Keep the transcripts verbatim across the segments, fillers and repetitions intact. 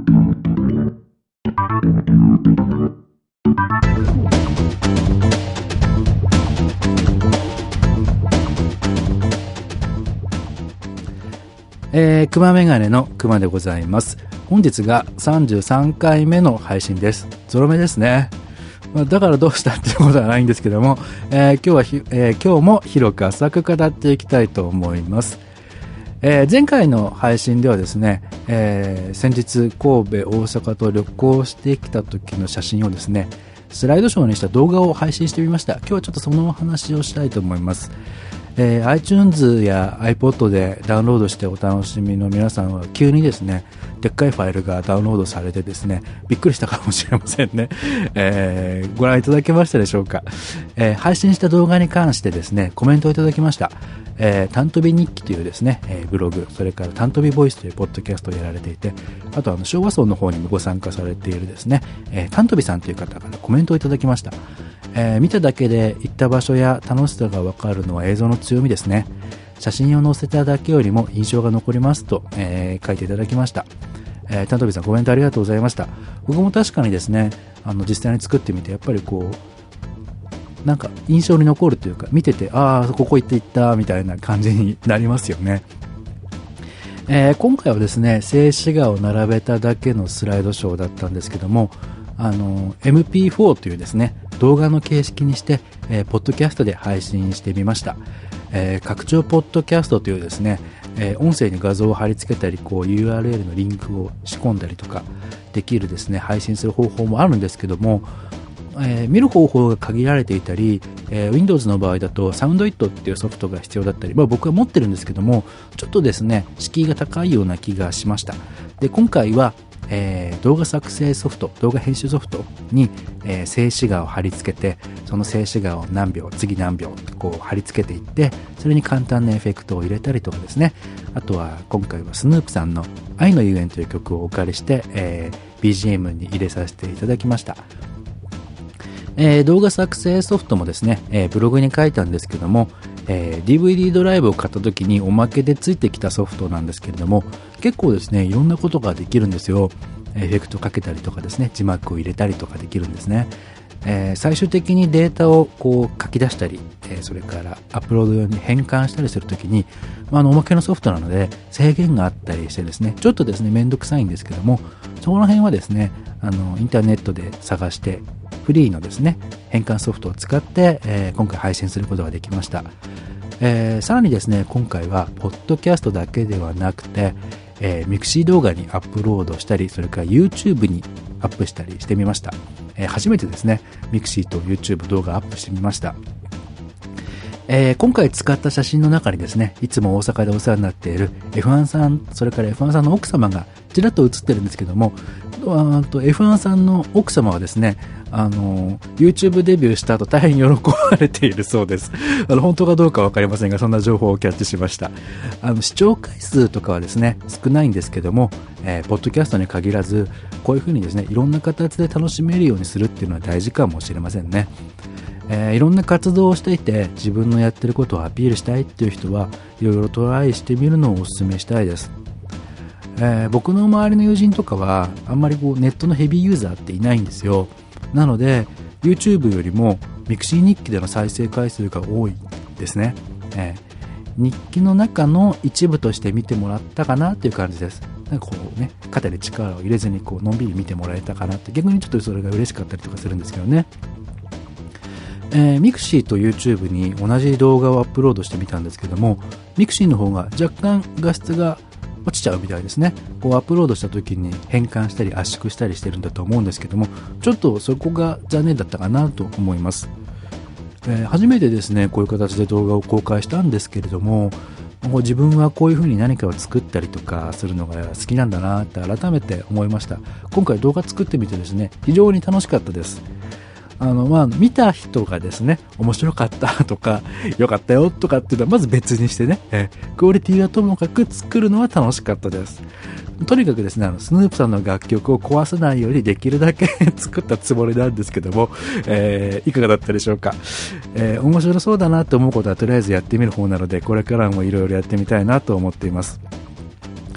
えー、熊メガネの熊でございます。本日がさんじゅうさんかいめの配信です。ゾロ目ですね。まあ、だからどうしたっていうことはないんですけども、えー、今日はひ、えー、今日も広く浅く語っていきたいと思います。えー、前回の配信ではですね、えー、先日神戸大阪と旅行してきた時の写真をですね、スライドショーにした動画を配信してみました。今日はちょっとそのお話をしたいと思います。えー、iTunes や iPod でダウンロードしてお楽しみの皆さんは急にですね、でっかいファイルがダウンロードされてですね、びっくりしたかもしれませんね。えー、ご覧いただけましたでしょうか。えー、配信した動画に関してですね、コメントをいただきました。えー、タントビ日記というですね、えー、ブログ、それからタントビボイスというポッドキャストをやられていて、あとあの昭和層の方にもご参加されているですね、えー、タントビさんという方からコメントをいただきました。えー、見ただけで行った場所や楽しさがわかるのは映像の強みですね。写真を載せただけよりも印象が残りますと、えー、書いていただきました。えー、タントビさんコメントありがとうございました。僕も確かにですね、あの実際に作ってみてやっぱりこうなんか印象に残るというか、見ててああここ行って行ったみたいな感じになりますよね。えー、今回はですね、静止画を並べただけのスライドショーだったんですけども、あの エムピーフォー というですね動画の形式にして、えー、ポッドキャストで配信してみました。えー、拡張ポッドキャストというですね、えー、音声に画像を貼り付けたりこう ユーアールエル のリンクを仕込んだりとかできるですね配信する方法もあるんですけども、えー、見る方法が限られていたり、えー、Windows の場合だと SoundIt っていうソフトが必要だったり、まあ、僕は持ってるんですけどもちょっとですね敷居が高いような気がしました。で今回はえー、動画作成ソフト、動画編集ソフトに、えー、静止画を貼り付けて、その静止画を何秒、次何秒ってこう貼り付けていって、それに簡単なエフェクトを入れたりとかですね。あとは今回はスヌープさんの愛の遊園という曲をお借りして、えー、ビージーエム に入れさせていただきました。えー、動画作成ソフトもですね、えー、ブログに書いたんですけども、えー、ディーブイディー ドライブを買った時におまけでついてきたソフトなんですけれども、結構ですねいろんなことができるんですよ。エフェクトかけたりとかですね、字幕を入れたりとかできるんですね。えー、最終的にデータをこう書き出したり、えー、それからアップロード用に変換したりするときに、まあ、あのおまけのソフトなので制限があったりしてですね、ちょっとですねめんどくさいんですけども、そこら辺はですねあのインターネットで探してフリーのですね変換ソフトを使って、えー、今回配信することができました。えー、さらにですね今回はポッドキャストだけではなくて、えー、ミクシー動画にアップロードしたり、それから YouTube にアップしたりしてみました。えー、初めてですねミクシーと YouTube 動画アップしてみました。えー、今回使った写真の中にですね、いつも大阪でお世話になっている エフワン さん、それから エフワン さんの奥様がちらっと写ってるんですけども、あと エフワン さんの奥様はですね、あの YouTube デビューした後大変喜ばれているそうです。あの本当かどうかわかりませんが、そんな情報をキャッチしました。あの視聴回数とかはですね少ないんですけども、えー、ポッドキャストに限らずこういう風にですねいろんな形で楽しめるようにするっていうのは大事かもしれませんね。えー、いろんな活動をしていて自分のやってることをアピールしたいっていう人はいろいろトライしてみるのをお勧めしたいです。えー、僕の周りの友人とかはあんまりこうネットのヘビーユーザーっていないんですよ。なので YouTube よりもミクシー日記での再生回数が多いですね。えー、日記の中の一部として見てもらったかなっていう感じです。なんかこうね肩で力を入れずにこうのんびり見てもらえたかなって、逆にちょっとそれが嬉しかったりとかするんですけどね。えー、ミクシーと YouTube に同じ動画をアップロードしてみたんですけども、ミクシーの方が若干画質が落ちちゃうみたいですね。こうアップロードした時に変換したり圧縮したりしてるんだと思うんですけども、ちょっとそこが残念だったかなと思います。えー、初めてですねこういう形で動画を公開したんですけれども、自分はこういう風に何かを作ったりとかするのが好きなんだなって改めて思いました。今回動画作ってみてですね非常に楽しかったです。あのまあ見た人がですね面白かったとか良かったよとかっていうのはまず別にしてね、えー、クオリティはともかく作るのは楽しかったです。とにかくですねあのスヌープさんの楽曲を壊さないようにできるだけ作ったつもりなんですけども、えー、いかがだったでしょうか。えー、面白そうだなと思うことはとりあえずやってみる方なので、これからもいろいろやってみたいなと思っています。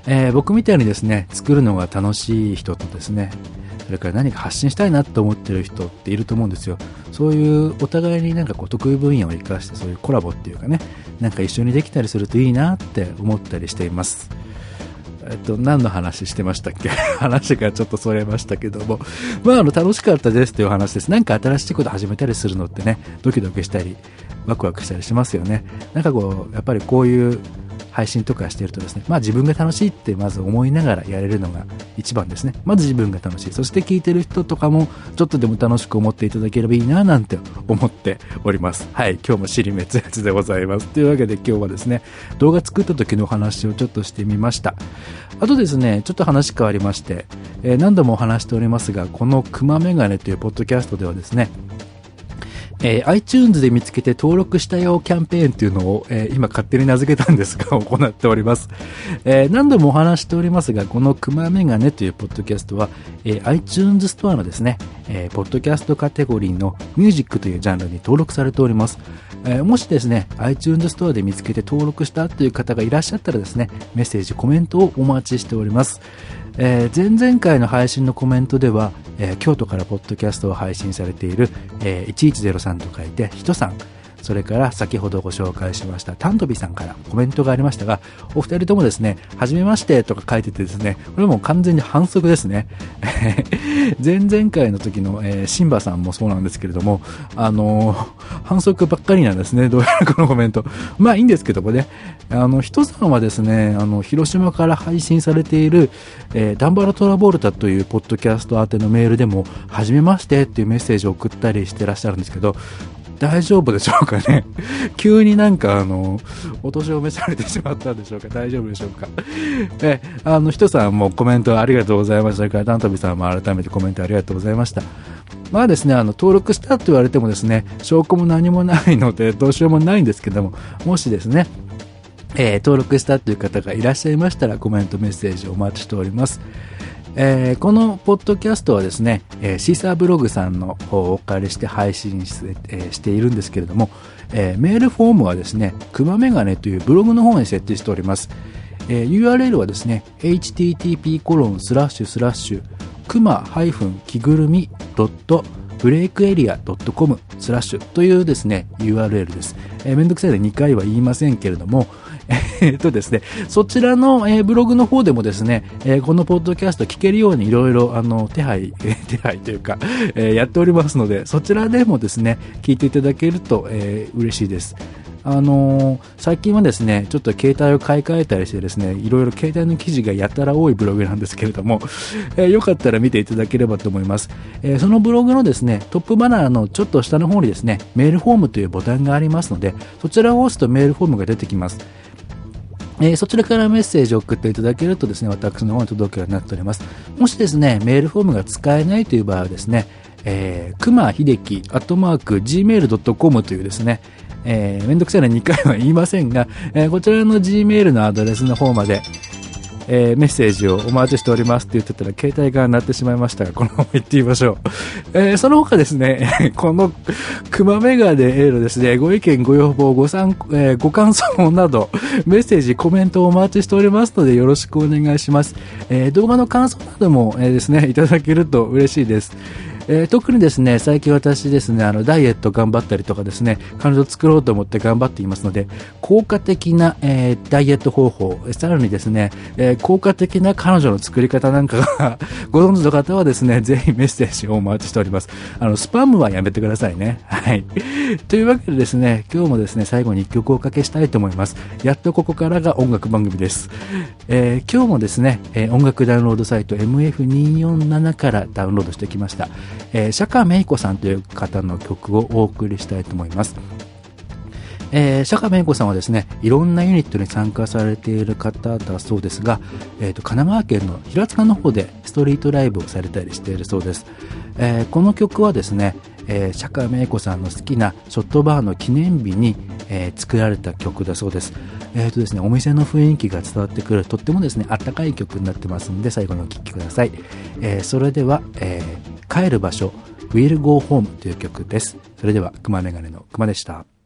えー、僕みたいにですね、作るのが楽しい人とですね、それから何か発信したいなと思ってる人っていると思うんですよ。そういうお互いになんかこう得意分野を生かして、そういうコラボっていうかね、なんか一緒にできたりするといいなって思ったりしています。えっと、何の話してましたっけ話がちょっとそれましたけども。まあ、あの、楽しかったですという話です。なんか新しいこと始めたりするのってね、ドキドキしたり、ワクワクしたりしますよね。なんかこう、やっぱりこういう配信とかしてるとですね、まあ自分が楽しいってまず思いながらやれるのが一番ですね。まず自分が楽しい。そして聞いてる人とかもちょっとでも楽しく思っていただければいいななんて思っております。はい、今日も尻滅裂でございます。というわけで今日はですね、動画作った時の話をちょっとしてみました。あとですね、ちょっと話変わりまして、えー、何度も話しておりますが、このクマメガネというポッドキャストではですね、えー、iTunes で見つけて登録したよキャンペーンっていうのを、えー、今勝手に名付けたんですが行っております。えー、何度もお話しておりますが、このクマメガネというポッドキャストは、えー、iTunes ストアのですね、えー、ポッドキャストカテゴリーのミュージックというジャンルに登録されております。えー、もしですね、iTunes ストアで見つけて登録したという方がいらっしゃったらですね、メッセージ、コメントをお待ちしております。えー、前々回の配信のコメントでは、えー、京都からポッドキャストを配信されている、えー、いちいちゼロさんと書いてひとさん、それから先ほどご紹介しましたタントビさんからコメントがありましたが、お二人ともですね、はじめましてとか書いててですね、これも完全に反則ですね。前々回の時の、えー、シンバさんもそうなんですけれども、あのー、反則ばっかりなんですね、どうやらこのコメント。まあいいんですけどもね、あの、ひとさんはですね、あの、広島から配信されている、えー、ダンバラトラボルタというポッドキャスト宛てのメールでも、はじめましてっていうメッセージを送ったりしてらっしゃるんですけど、大丈夫でしょうかね。急になんかあのお年を召されてしまったんでしょうか。大丈夫でしょうか。えあの人さんもコメントありがとうございましたから、タントビさんも改めてコメントありがとうございました。まあですね、あの登録したと言われてもですね、証拠も何もないのでどうしようもないんですけども、もしですね、えー、登録したという方がいらっしゃいましたらコメントメッセージお待ちしております。えー、このポッドキャストはですね、えー、シーサーブログさんの方をお借りして配信し、えー、しているんですけれども、えー、メールフォームはですね、クマメガネというブログの方に設定しております。えー、ユーアールエル はですね、エイチティーティーピーコロンスラッシュスラッシュクマ着ぐるみ ブレイクエリア ドットコム スラッシュというですね ユーアールエル です。えー、めんどくさいのでにかいは言いませんけれども、えー、っとですね、そちらの、えー、ブログの方でもですね、えー、このポッドキャスト聞けるようにいろいろあの手配、えー、手配というか、えー、やっておりますので、そちらでもですね聞いていただけると、えー、嬉しいです。あのー、最近はですね、ちょっと携帯を買い替えたりしてですね、いろいろ携帯の記事がやたら多いブログなんですけれども、えー、よかったら見ていただければと思います。えー、そのブログのですね、トップバナーのちょっと下の方にですね、メールフォームというボタンがありますので、そちらを押すとメールフォームが出てきます。えー、そちらからメッセージを送っていただけるとですね、私の方に届くようになっております。もしですね、メールフォームが使えないという場合はですね、えー、くまひできアットマーク ジーメールドットコム というですね、えー、めんどくさいのはにかいは言いませんが、えー、こちらの Gmail のアドレスの方まで、えー、メッセージをお待ちしておりますって言ってたら携帯が鳴ってしまいましたが、このまま言ってみましょう。えー、その他ですね、このクマメガネへのですね、ご意見ご要望ご参、えー、ご感想などメッセージコメントをお待ちしておりますのでよろしくお願いします。えー、動画の感想なども、えー、ですねいただけると嬉しいです。えー、特にですね、最近私ですね、あの、ダイエット頑張ったりとかですね、彼女作ろうと思って頑張っていますので、効果的な、えー、ダイエット方法、さらにですね、えー、効果的な彼女の作り方なんかがご存知の方はですね、ぜひメッセージをお待ちしております。あの、スパムはやめてくださいね。はい。というわけでですね、今日もですね、最後に一曲おかけしたいと思います。やっとここからが音楽番組です。えー、今日もですね、えー、音楽ダウンロードサイト エムエフにーよんなな からダウンロードしてきました。えー、釈迦芽衣子さんという方の曲をお送りしたいと思います。えー、釈迦芽衣子さんはですね、いろんなユニットに参加されている方だそうですが、えーと、神奈川県の平塚の方でストリートライブをされたりしているそうです。えー、この曲はですね、えー、釈迦芽衣子さんの好きなショットバーの記念日に、えー、作られた曲だそうです。えーとですね、お店の雰囲気が伝わってくるとってもですね、あったかい曲になってますので、最後にお聴きください。えー、それでは、えー、帰る場所 We'll Go Home という曲です。それでは、くまメガネのくまでした。